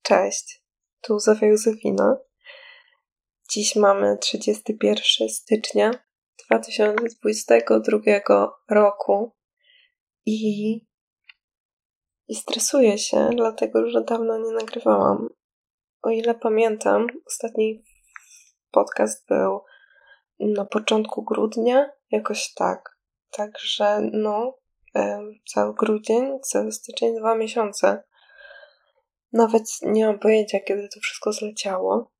Cześć, tu Zofia Józefina. Dziś mamy 31 stycznia 2022 roku i stresuję się, dlatego że dawno nie nagrywałam. O ile pamiętam, ostatni podcast był na początku grudnia, jakoś tak. Także cały grudzień, cały styczeń, 2 miesiące. Nawet nie mam pojęcia, kiedy to wszystko zleciało,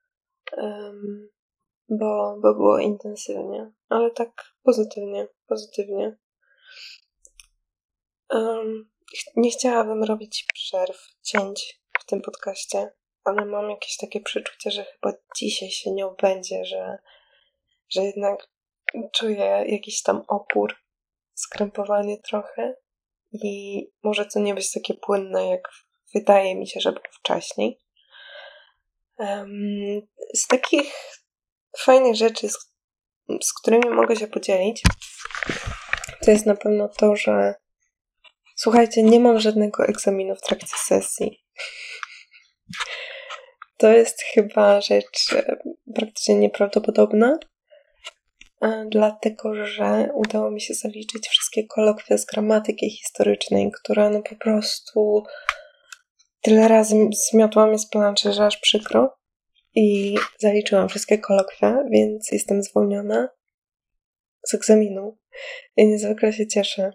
bo było intensywnie, ale tak pozytywnie. Nie chciałabym robić przerw, cięć w tym podcaście, ale mam jakieś takie przeczucie, że chyba dzisiaj się nie obędzie, że jednak czuję jakiś tam opór, skrępowanie trochę i może to nie być takie płynne, jak wydaje mi się, że było wcześniej. Z takich fajnych rzeczy, z którymi mogę się podzielić, to jest na pewno to, że słuchajcie, nie mam żadnego egzaminu w trakcie sesji. To jest chyba rzecz praktycznie nieprawdopodobna, dlatego że udało mi się zaliczyć wszystkie kolokwia z gramatyki historycznej, która po prostu tyle razy zmiotła mnie z planszy, że aż przykro. I zaliczyłam wszystkie kolokwia, więc jestem zwolniona z egzaminu. I niezwykle się cieszę.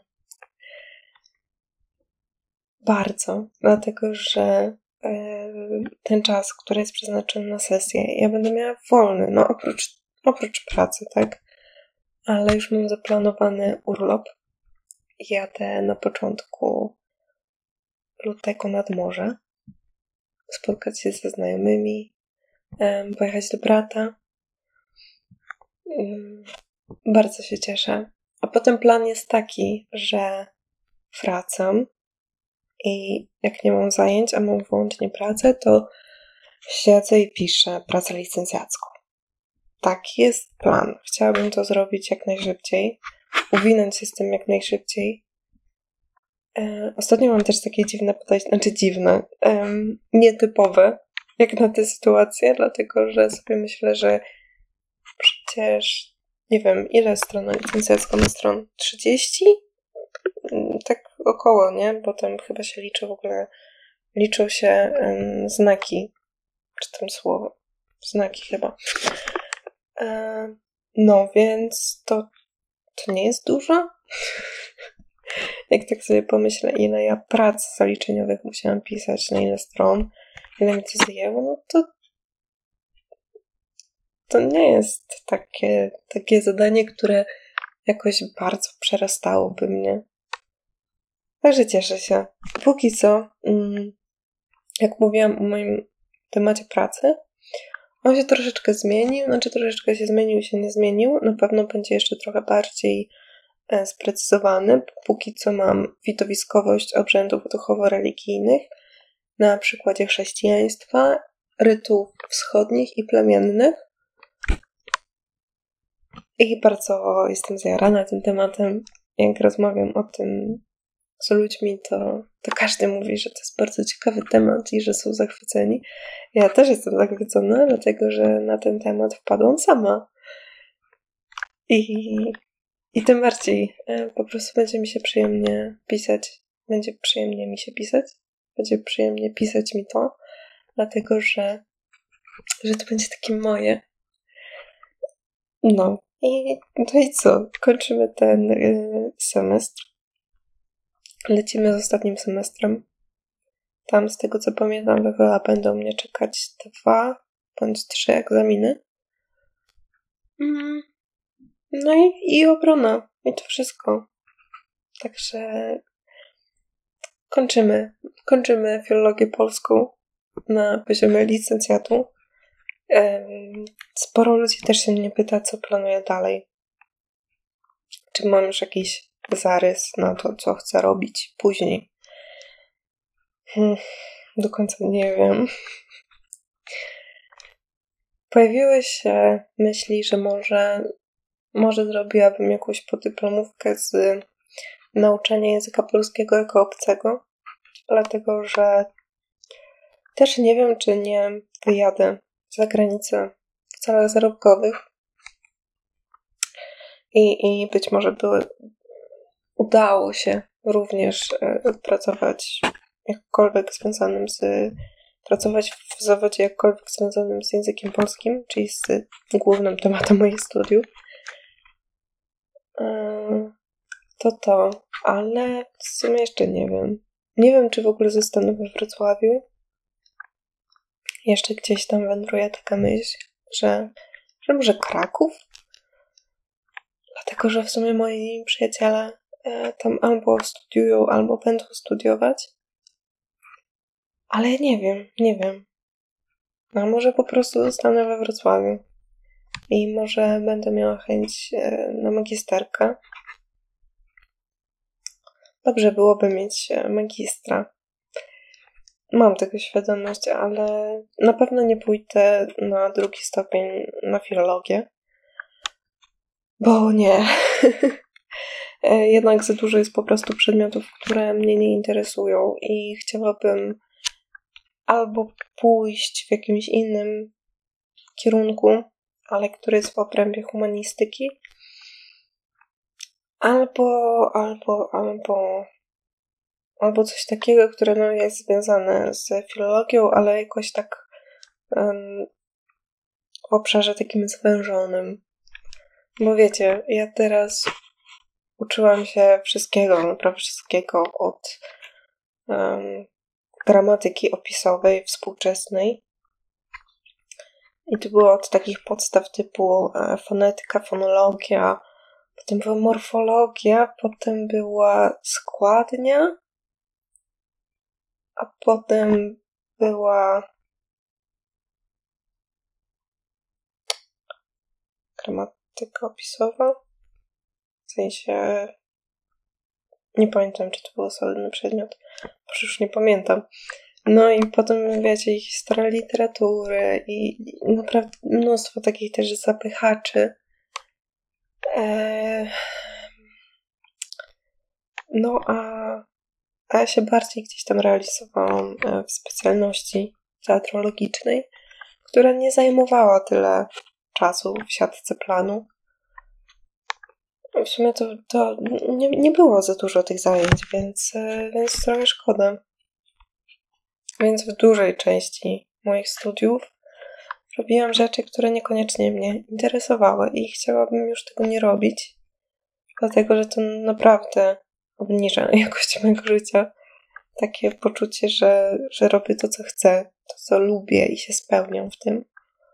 Bardzo. Dlatego, że ten czas, który jest przeznaczony na sesję, ja będę miała wolny. Oprócz pracy, tak? Ale już mam zaplanowany urlop. Jadę na początku lutego nad morze. Spotkać się ze znajomymi. Pojechać do brata. Bardzo się cieszę. A potem plan jest taki, że wracam i jak nie mam zajęć, a mam wyłącznie pracę, to siedzę i piszę pracę licencjacką. Taki jest plan. Chciałabym to zrobić jak najszybciej. Uwinąć się z tym jak najszybciej. Ostatnio mam też takie dziwne podejście, nietypowe jak na tę sytuację, dlatego że sobie myślę, że przecież nie wiem, ile strona licencjacka ma stron? 30? Tak około, nie? Bo tam chyba się liczą się znaki, czy tam słowo. Znaki chyba. Więc to nie jest dużo. Jak tak sobie pomyślę, ile ja prac zaliczeniowych musiałam pisać, na ile stron, ile mi to zajęło, to nie jest takie zadanie, które jakoś bardzo przerastałoby mnie. Także cieszę się. Póki co, jak mówiłam o moim temacie pracy, on się troszeczkę zmienił, troszeczkę się zmienił, się nie zmienił. Na pewno będzie jeszcze trochę bardziej sprecyzowany. Póki co mam widowiskowość obrzędów duchowo-religijnych na przykładzie chrześcijaństwa, rytułów wschodnich i plemiennych. I bardzo jestem zajarana tym tematem. Jak rozmawiam o tym z ludźmi, to każdy mówi, że to jest bardzo ciekawy temat i że są zachwyceni. Ja też jestem zachwycona, dlatego że na ten temat wpadłam sama. I tym bardziej po prostu będzie mi się przyjemnie pisać. Będzie przyjemnie pisać mi to, dlatego że to będzie takie moje. I co? Kończymy ten semestr. Lecimy z ostatnim semestrem. Tam, z tego co pamiętam, chyba będą mnie czekać 2 bądź 3 egzaminy. I obrona. I to wszystko. Także kończymy filologię polską na poziomie licencjatu. Sporo ludzi też się mnie pyta, co planuję dalej. Czy mam już jakiś zarys na to, co chcę robić później. Do końca nie wiem. Pojawiły się myśli, że może zrobiłabym jakąś podyplomówkę z nauczania języka polskiego jako obcego, dlatego że Też nie wiem, czy nie wyjadę za granicę w celach zarobkowych i być może udało się również pracować pracować w zawodzie jakkolwiek związanym z językiem polskim, czyli z głównym tematem moich studiów. Ale w sumie jeszcze nie wiem. Nie wiem, czy w ogóle zostanę we Wrocławiu. Jeszcze gdzieś tam wędruje taka myśl, że może Kraków? Dlatego, że w sumie moi przyjaciele tam albo studiują, albo będą studiować. Ale nie wiem. A może po prostu zostanę we Wrocławiu. I może będę miała chęć na magisterkę. Dobrze byłoby mieć magistra. Mam tego świadomość, ale na pewno nie pójdę na drugi stopień na filologię. Bo nie. Jednak za dużo jest po prostu przedmiotów, które mnie nie interesują i chciałabym albo pójść w jakimś innym kierunku, ale który jest w obrębie humanistyki, albo coś takiego, które jest związane z filologią, ale jakoś tak w obszarze takim zwężonym. Bo wiecie, ja teraz uczyłam się wszystkiego, naprawdę wszystkiego od gramatyki opisowej współczesnej. I to było od takich podstaw typu fonetyka, fonologia, potem była morfologia, potem była składnia, a potem była gramatyka opisowa. W sensie nie pamiętam, czy to był osobny przedmiot, bo już nie pamiętam. No i potem, wiecie, historia literatury i naprawdę mnóstwo takich też zapychaczy. A ja się bardziej gdzieś tam realizowałam w specjalności teatrologicznej, która nie zajmowała tyle czasu w siatce planu. W sumie to nie było za dużo tych zajęć, więc trochę szkoda. Więc w dużej części moich studiów robiłam rzeczy, które niekoniecznie mnie interesowały i chciałabym już tego nie robić, dlatego że to naprawdę obniża jakość mojego życia. Takie poczucie, że robię to, co chcę, to, co lubię i się spełniam w tym.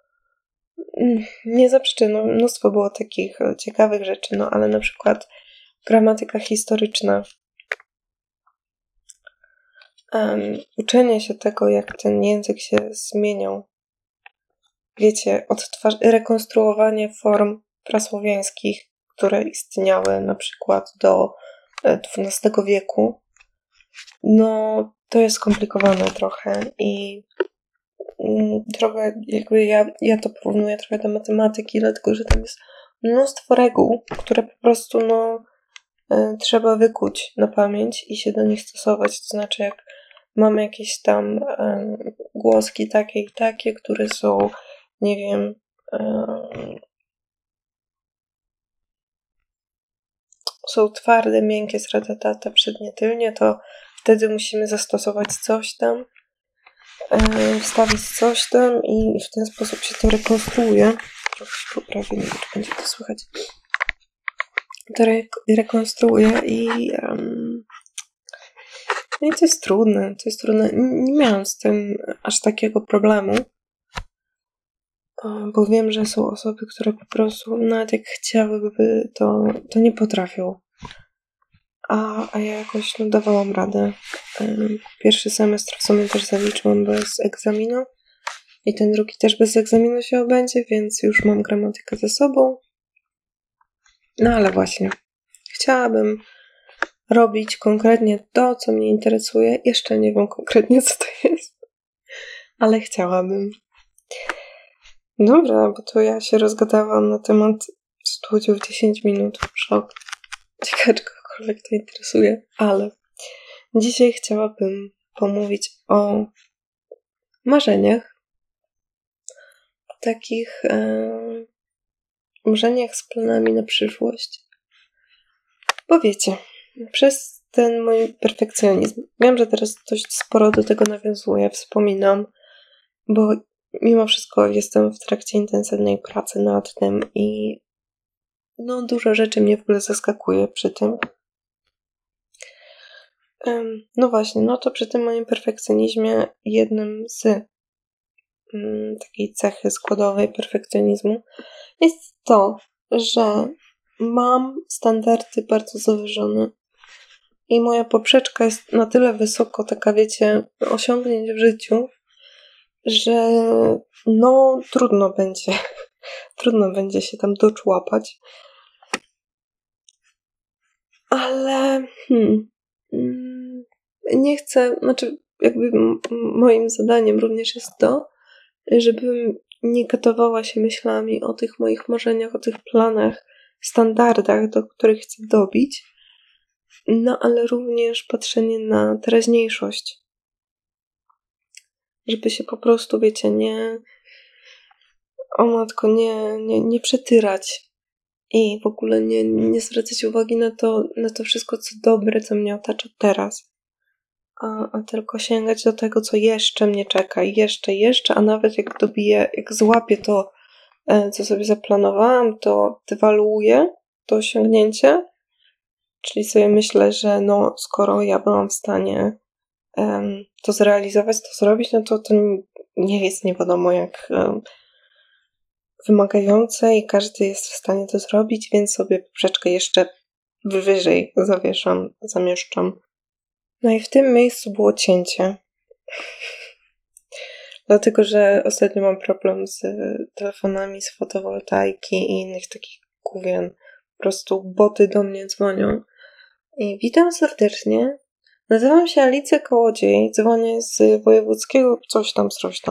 Nie zaprzeczę, mnóstwo było takich ciekawych rzeczy, ale na przykład gramatyka historyczna. Uczenie się tego, jak ten język się zmieniał. Wiecie, rekonstruowanie form prasłowiańskich, które istniały na przykład do XII wieku. To jest skomplikowane trochę i trochę jakby ja to porównuję trochę do matematyki, dlatego że tam jest mnóstwo reguł, które po prostu trzeba wykuć na pamięć i się do nich stosować. To znaczy, jak mamy jakieś tam głoski takie i takie, które są, nie wiem, są twarde, miękkie, sratatata, przednie, tylnie, to wtedy musimy zastosować coś tam, wstawić coś tam i w ten sposób się to rekonstruuje. Trochę się poprawię, nie wiem, czy będzie to słychać. To rekonstruuje i to jest trudne. Nie miałam z tym aż takiego problemu, bo wiem, że są osoby, które po prostu nawet jak chciałyby, to nie potrafią. A ja jakoś dawałam radę. Pierwszy semestr w sumie też zaliczyłam bez egzaminu i ten drugi też bez egzaminu się obędzie, więc już mam gramatykę ze sobą. Ale właśnie, chciałabym robić konkretnie to, co mnie interesuje. Jeszcze nie wiem konkretnie, co to jest, ale chciałabym. Dobra, bo to ja się rozgadałam na temat studiów 10 minut. Szok. Ciekawe, czy kogokolwiek to interesuje, ale dzisiaj chciałabym pomówić o marzeniach, o takich marzeniach z planami na przyszłość. Bo wiecie, przez ten mój perfekcjonizm, wiem, że teraz dość sporo do tego nawiązuję, wspominam, bo mimo wszystko jestem w trakcie intensywnej pracy nad tym i dużo rzeczy mnie w ogóle zaskakuje przy tym. No właśnie, to przy tym moim perfekcjonizmie jednym z takiej cechy składowej perfekcjonizmu jest to, że mam standardy bardzo zawyżone i moja poprzeczka jest na tyle wysoko, taka wiecie, osiągnięć w życiu, że trudno będzie się tam doczłapać. Ale nie chcę, jakby moim zadaniem również jest to, żebym nie katowała się myślami o tych moich marzeniach, o tych planach, standardach, do których chcę dobić, ale również patrzenie na teraźniejszość. Żeby się po prostu, wiecie, nie przetyrać i w ogóle nie zwracać uwagi na to wszystko, co dobre, co mnie otacza teraz. A tylko sięgać do tego, co jeszcze mnie czeka, jeszcze, a nawet jak złapię to, co sobie zaplanowałam, to dewaluuję to osiągnięcie, czyli sobie myślę, że skoro ja byłam w stanie to zrealizować, to zrobić, to nie jest nie wiadomo jak wymagające i każdy jest w stanie to zrobić, więc sobie poprzeczkę jeszcze wyżej zamieszczam. No i w tym miejscu było cięcie. Dlatego, że ostatnio mam problem z telefonami, z fotowoltaiki i innych takich gówien. Po prostu boty do mnie dzwonią. I witam serdecznie. Nazywam się Alicja Kołodziej. Dzwonię z wojewódzkiego coś tam.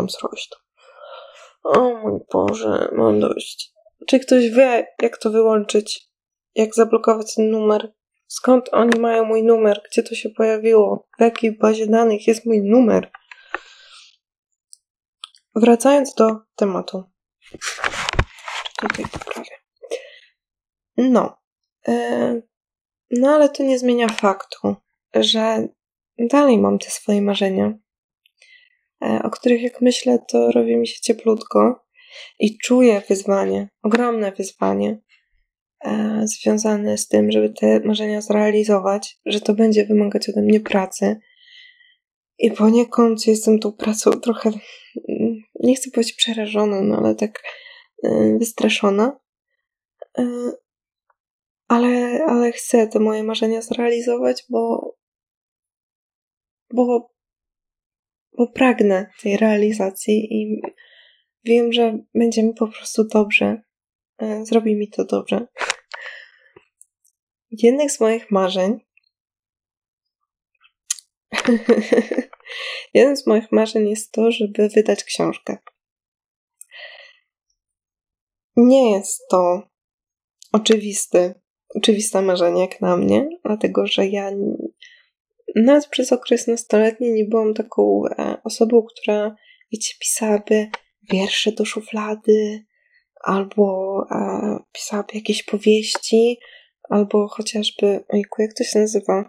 O mój Boże, mam dość. Czy ktoś wie, jak to wyłączyć? Jak zablokować ten numer? Skąd oni mają mój numer? Gdzie to się pojawiło? W jakiej bazie danych jest mój numer? Wracając do tematu. Tutaj poprawię. Ale to nie zmienia faktu, że dalej mam te swoje marzenia, o których jak myślę, to robi mi się cieplutko i czuję wyzwanie, ogromne wyzwanie związane z tym, żeby te marzenia zrealizować, że to będzie wymagać ode mnie pracy. I poniekąd jestem tą pracą trochę, nie chcę powiedzieć przerażona, ale tak wystraszona. Ale chcę te moje marzenia zrealizować, bo pragnę tej realizacji i wiem, że będzie mi po prostu dobrze. Zrobi mi to dobrze. Jednym z moich marzeń jednym z moich marzeń jest to, żeby wydać książkę. Nie jest to oczywiste marzenie jak na mnie, dlatego że ja nawet przez okres nastoletni nie byłam taką osobą, która, wiecie, pisałaby wiersze do szuflady, albo pisałaby jakieś powieści, albo chociażby, ojku, jak to się nazywa?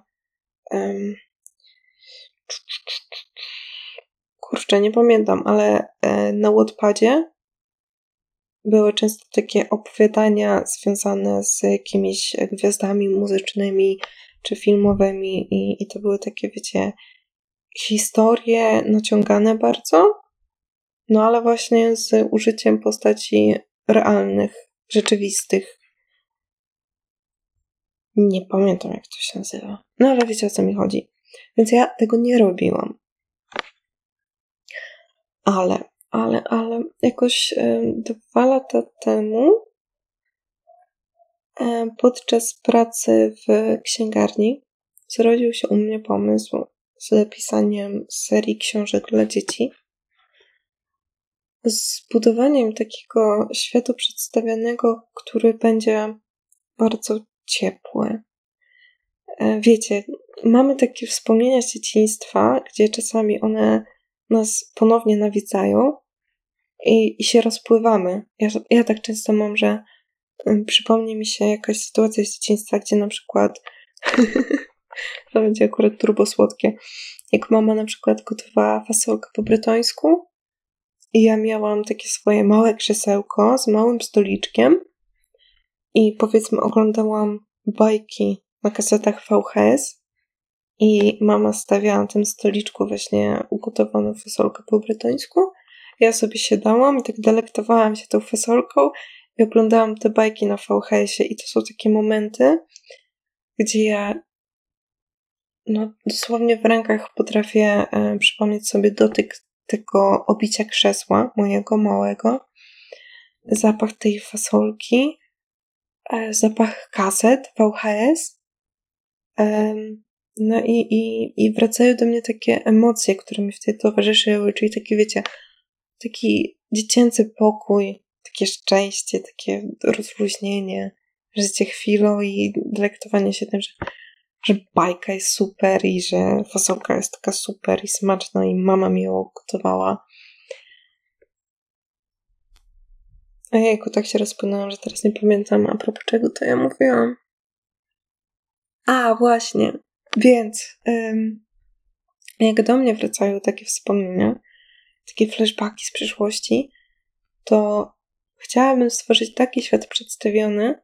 Kurczę, nie pamiętam, ale na Wattpadzie były często takie opowiadania związane z jakimiś gwiazdami muzycznymi czy filmowymi i to były takie, wiecie, historie naciągane bardzo, ale właśnie z użyciem postaci realnych, rzeczywistych. Nie pamiętam, jak to się nazywa. Ale wiecie, o co mi chodzi. Więc ja tego nie robiłam. Ale jakoś 2 lata temu podczas pracy w księgarni zrodził się u mnie pomysł z pisaniem serii książek dla dzieci, z budowaniem takiego świata przedstawionego, który będzie bardzo ciepły. Wiecie, mamy takie wspomnienia z dzieciństwa, gdzie czasami one nas ponownie nawiedzają i się rozpływamy. Ja tak często mam, że przypomni mi się jakaś sytuacja z dzieciństwa, gdzie na przykład to będzie akurat turbo słodkie. Jak mama na przykład gotowała fasolkę po bretońsku i ja miałam takie swoje małe krzesełko z małym stoliczkiem i powiedzmy oglądałam bajki na kasetach VHS i mama stawiała na tym stoliczku właśnie ugotowaną fasolkę po bretońsku. Ja sobie siadałam i tak delektowałam się tą fasolką i oglądałam te bajki na VHS-ie i to są takie momenty, gdzie ja dosłownie w rękach potrafię przypomnieć sobie dotyk tego obicia krzesła mojego małego, zapach tej fasolki, zapach kaset VHS. No i wracają do mnie takie emocje, które mi wtedy towarzyszyły, czyli taki, wiecie, taki dziecięcy pokój, takie szczęście, takie rozluźnienie, życie chwilą i delektowanie się tym, że bajka jest super i że fasolka jest taka super i smaczna i mama mi ją gotowała. Ojejku, tak się rozpłynęłam, że teraz nie pamiętam, a propos czego to ja mówiłam. A, właśnie. Więc jak do mnie wracają takie wspomnienia, takie flashbacki z przyszłości, to chciałabym stworzyć taki świat przedstawiony,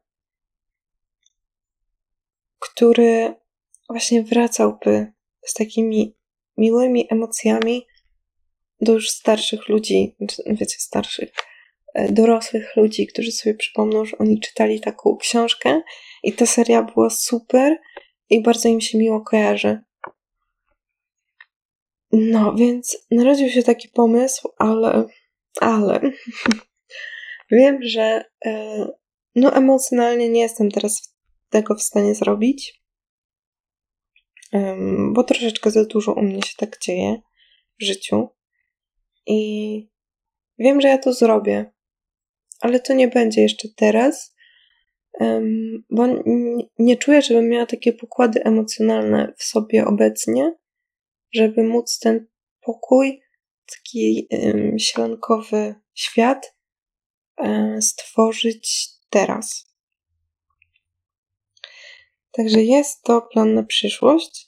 który właśnie wracałby z takimi miłymi emocjami do już starszych ludzi, wiecie, dorosłych ludzi, którzy sobie przypomną, że oni czytali taką książkę i ta seria była super i bardzo im się miło kojarzy. No, więc narodził się taki pomysł, ale wiem, że emocjonalnie nie jestem teraz tego w stanie zrobić, bo troszeczkę za dużo u mnie się tak dzieje w życiu i wiem, że ja to zrobię, ale to nie będzie jeszcze teraz, bo nie czuję, żebym miała takie pokłady emocjonalne w sobie obecnie, żeby móc ten pokój, taki sielankowy świat stworzyć teraz. Także jest to plan na przyszłość,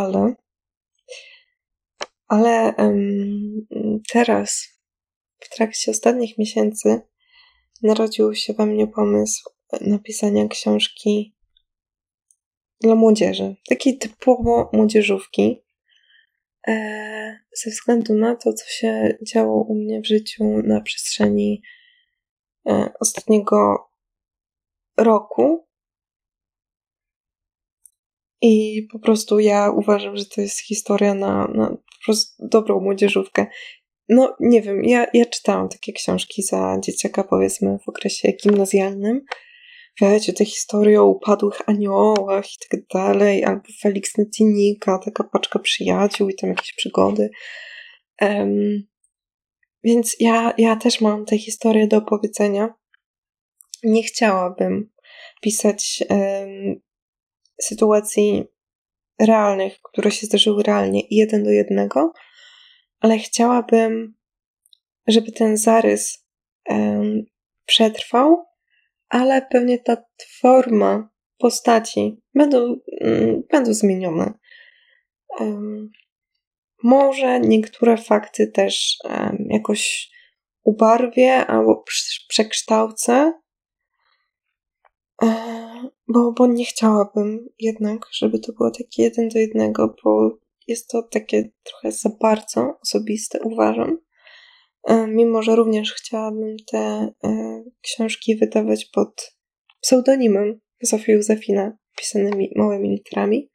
ale teraz, w trakcie ostatnich miesięcy, narodził się we mnie pomysł napisania książki dla młodzieży. Takiej typowo młodzieżówki. Ze względu na to, co się działo u mnie w życiu na przestrzeni ostatniego roku. I po prostu ja uważam, że to jest historia na po prostu dobrą młodzieżówkę. No, nie wiem, ja czytałam takie książki za dzieciaka, powiedzmy, w okresie gimnazjalnym. Wiecie, te historie o upadłych aniołach i tak dalej, albo Felix Necinika, taka paczka przyjaciół i tam jakieś przygody. Więc ja też mam tę historię do opowiedzenia. Nie chciałabym pisać sytuacji realnych, które się zdarzyły realnie 1:1, ale chciałabym, żeby ten zarys przetrwał, ale pewnie ta forma postaci będą zmienione. Może niektóre fakty też jakoś ubarwię albo przekształcę, bo nie chciałabym jednak, żeby to było takie 1:1, bo jest to takie trochę za bardzo osobiste, uważam. Mimo że również chciałabym te książki wydawać pod pseudonimem Zofia Józefina, pisanymi małymi literami,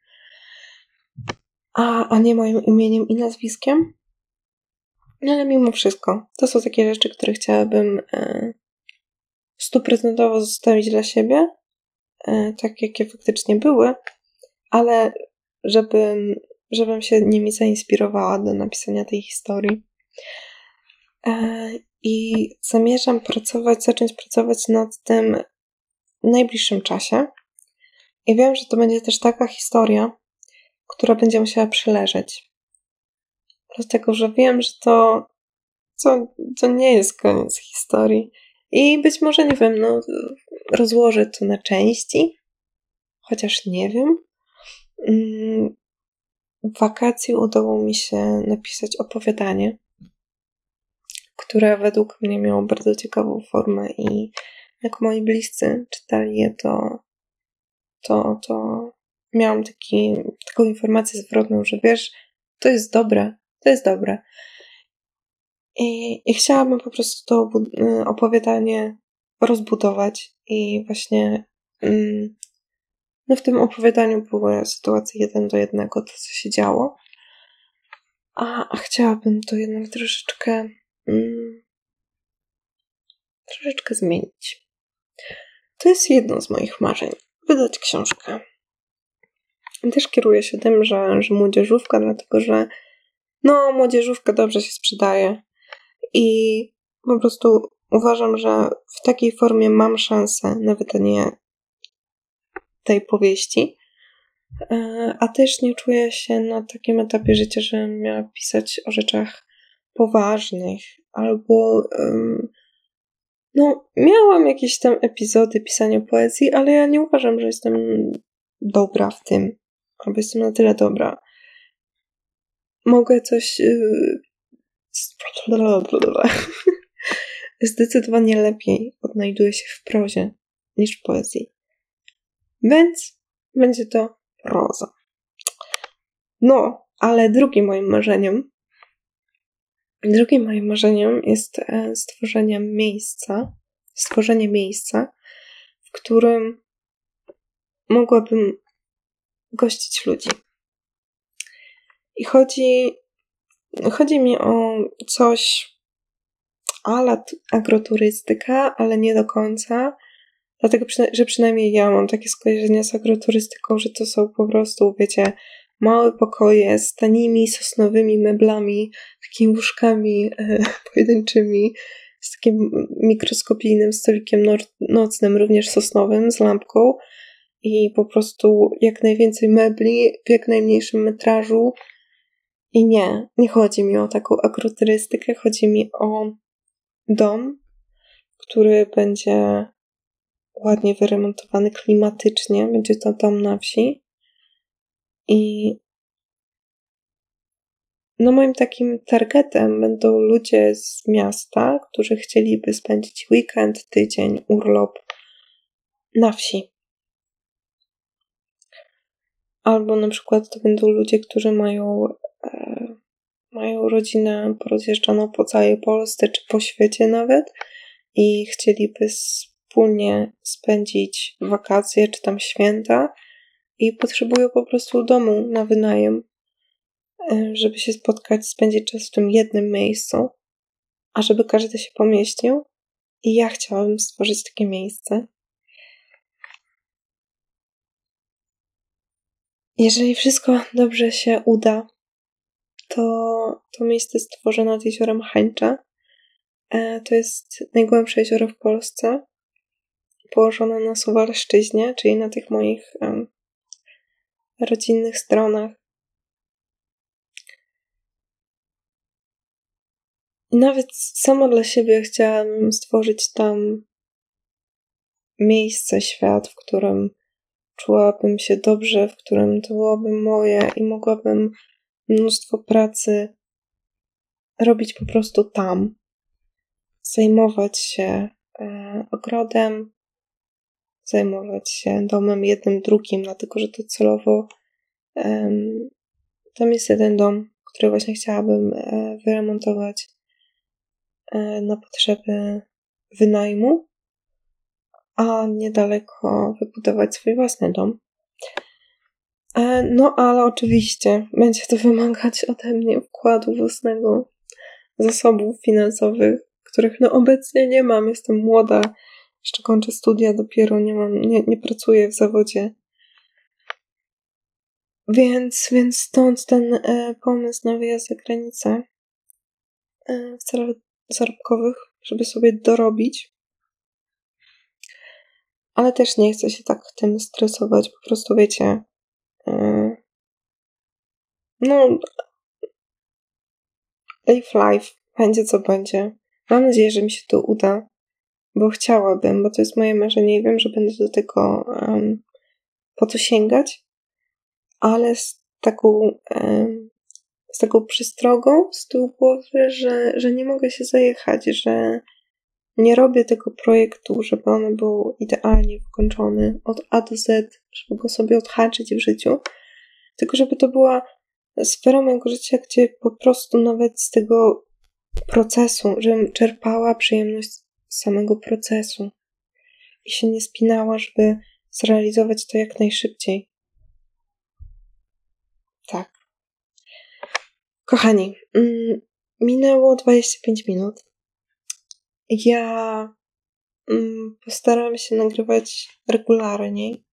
a nie moim imieniem i nazwiskiem. Ale mimo wszystko, to są takie rzeczy, które chciałabym 100% zostawić dla siebie, tak jakie faktycznie były, ale żebym się nimi zainspirowała do napisania tej historii. I zamierzam zacząć pracować nad tym w najbliższym czasie. I wiem, że to będzie też taka historia, która będzie musiała przeleżeć. dlatego że wiem, że to nie jest koniec historii. I być może, nie wiem, rozłożę to na części, chociaż nie wiem. W wakacji udało mi się napisać opowiadanie, które według mnie miało bardzo ciekawą formę i jak moi bliscy czytali je, to miałam taką informację zwrotną, że wiesz, to jest dobre. I chciałabym po prostu to opowiadanie rozbudować i właśnie w tym opowiadaniu były sytuacje 1:1, to co się działo, a chciałabym to jednak troszeczkę zmienić. To jest jedno z moich marzeń. Wydać książkę. Też kieruję się tym, że młodzieżówka, dlatego że młodzieżówka dobrze się sprzedaje i po prostu uważam, że w takiej formie mam szansę na wydanie tej powieści, a też nie czuję się na takim etapie życia, że miała pisać o rzeczach poważnych albo miałam jakieś tam epizody pisania poezji, ale ja nie uważam, że jestem dobra w tym, albo jestem na tyle dobra. Mogę coś zdecydowanie lepiej odnajduję się w prozie niż w poezji. Więc będzie to proza. Ale drugim moim marzeniem jest stworzenie miejsca, w którym mogłabym gościć ludzi. I chodzi mi o coś a la agroturystyka, ale nie do końca, dlatego, że przynajmniej ja mam takie skojarzenia z agroturystyką, że to są po prostu, wiecie, małe pokoje z tanimi sosnowymi meblami, takimi łóżkami pojedynczymi, z takim mikroskopijnym stolikiem nocnym, również sosnowym, z lampką i po prostu jak najwięcej mebli w jak najmniejszym metrażu. I nie chodzi mi o taką agroturystykę, chodzi mi o dom, który będzie ładnie wyremontowany klimatycznie, będzie to dom na wsi i moim takim targetem będą ludzie z miasta, którzy chcieliby spędzić weekend, tydzień, urlop na wsi. Albo na przykład to będą ludzie, którzy mają rodzinę porozjeżdżaną po całej Polsce, czy po świecie nawet i chcieliby wspólnie spędzić wakacje, czy tam święta i potrzebują po prostu domu na wynajem, żeby się spotkać, spędzić czas w tym jednym miejscu, a żeby każdy się pomieścił. I ja chciałabym stworzyć takie miejsce. Jeżeli wszystko dobrze się uda, to miejsce stworzę nad jeziorem Hańcza. To jest najgłębsze jezioro w Polsce, położone na Suwalszczyźnie, czyli na tych moich rodzinnych stronach. I nawet sama dla siebie chciałabym stworzyć tam miejsce, świat, w którym czułabym się dobrze, w którym to byłoby moje i mogłabym mnóstwo pracy robić po prostu tam. Zajmować się ogrodem, zajmować się domem jednym, drugim, dlatego że to celowo tam jest jeden dom, który właśnie chciałabym wyremontować na potrzeby wynajmu, a niedaleko wybudować swój własny dom. Ale oczywiście będzie to wymagać ode mnie wkładu własnego, zasobów finansowych, których obecnie nie mam. Jestem młoda, jeszcze kończę studia dopiero, nie pracuję w zawodzie. Więc stąd ten pomysł na wyjazd za granicę w celach zarobkowych, żeby sobie dorobić. Ale też nie chcę się tak tym stresować, po prostu wiecie, live life, będzie co będzie. Mam nadzieję, że mi się to uda, bo chciałabym, bo to jest moje marzenie i wiem, że będę do tego po to sięgać, ale z taką przystrogą z tyłu głowy, że nie mogę się zajechać, że nie robię tego projektu, żeby on był idealnie wykończony od A do Z, żeby go sobie odhaczyć w życiu, tylko żeby to była sfera mojego życia, gdzie po prostu nawet z tego procesu, żebym czerpała przyjemność z samego procesu i się nie spinała, żeby zrealizować to jak najszybciej. Tak. Kochani, minęło 25 minut. Ja postaram się nagrywać regularniej,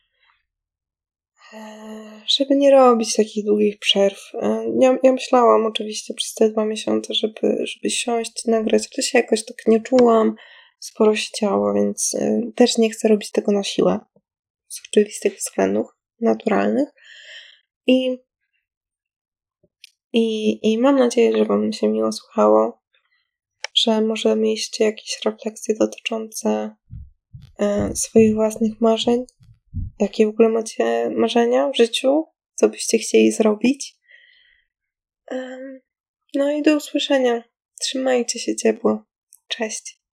żeby nie robić takich długich przerw. Ja myślałam oczywiście przez te 2 miesiące, żeby siąść, nagrać, ale się jakoś tak nie czułam, sporo się działo, więc też nie chcę robić tego na siłę. Z oczywistych względów naturalnych. I mam nadzieję, że wam się miło słuchało, że może mieliście jakieś refleksje dotyczące swoich własnych marzeń. Jakie w ogóle macie marzenia w życiu? Co byście chcieli zrobić? No i do usłyszenia. Trzymajcie się ciepło. Cześć.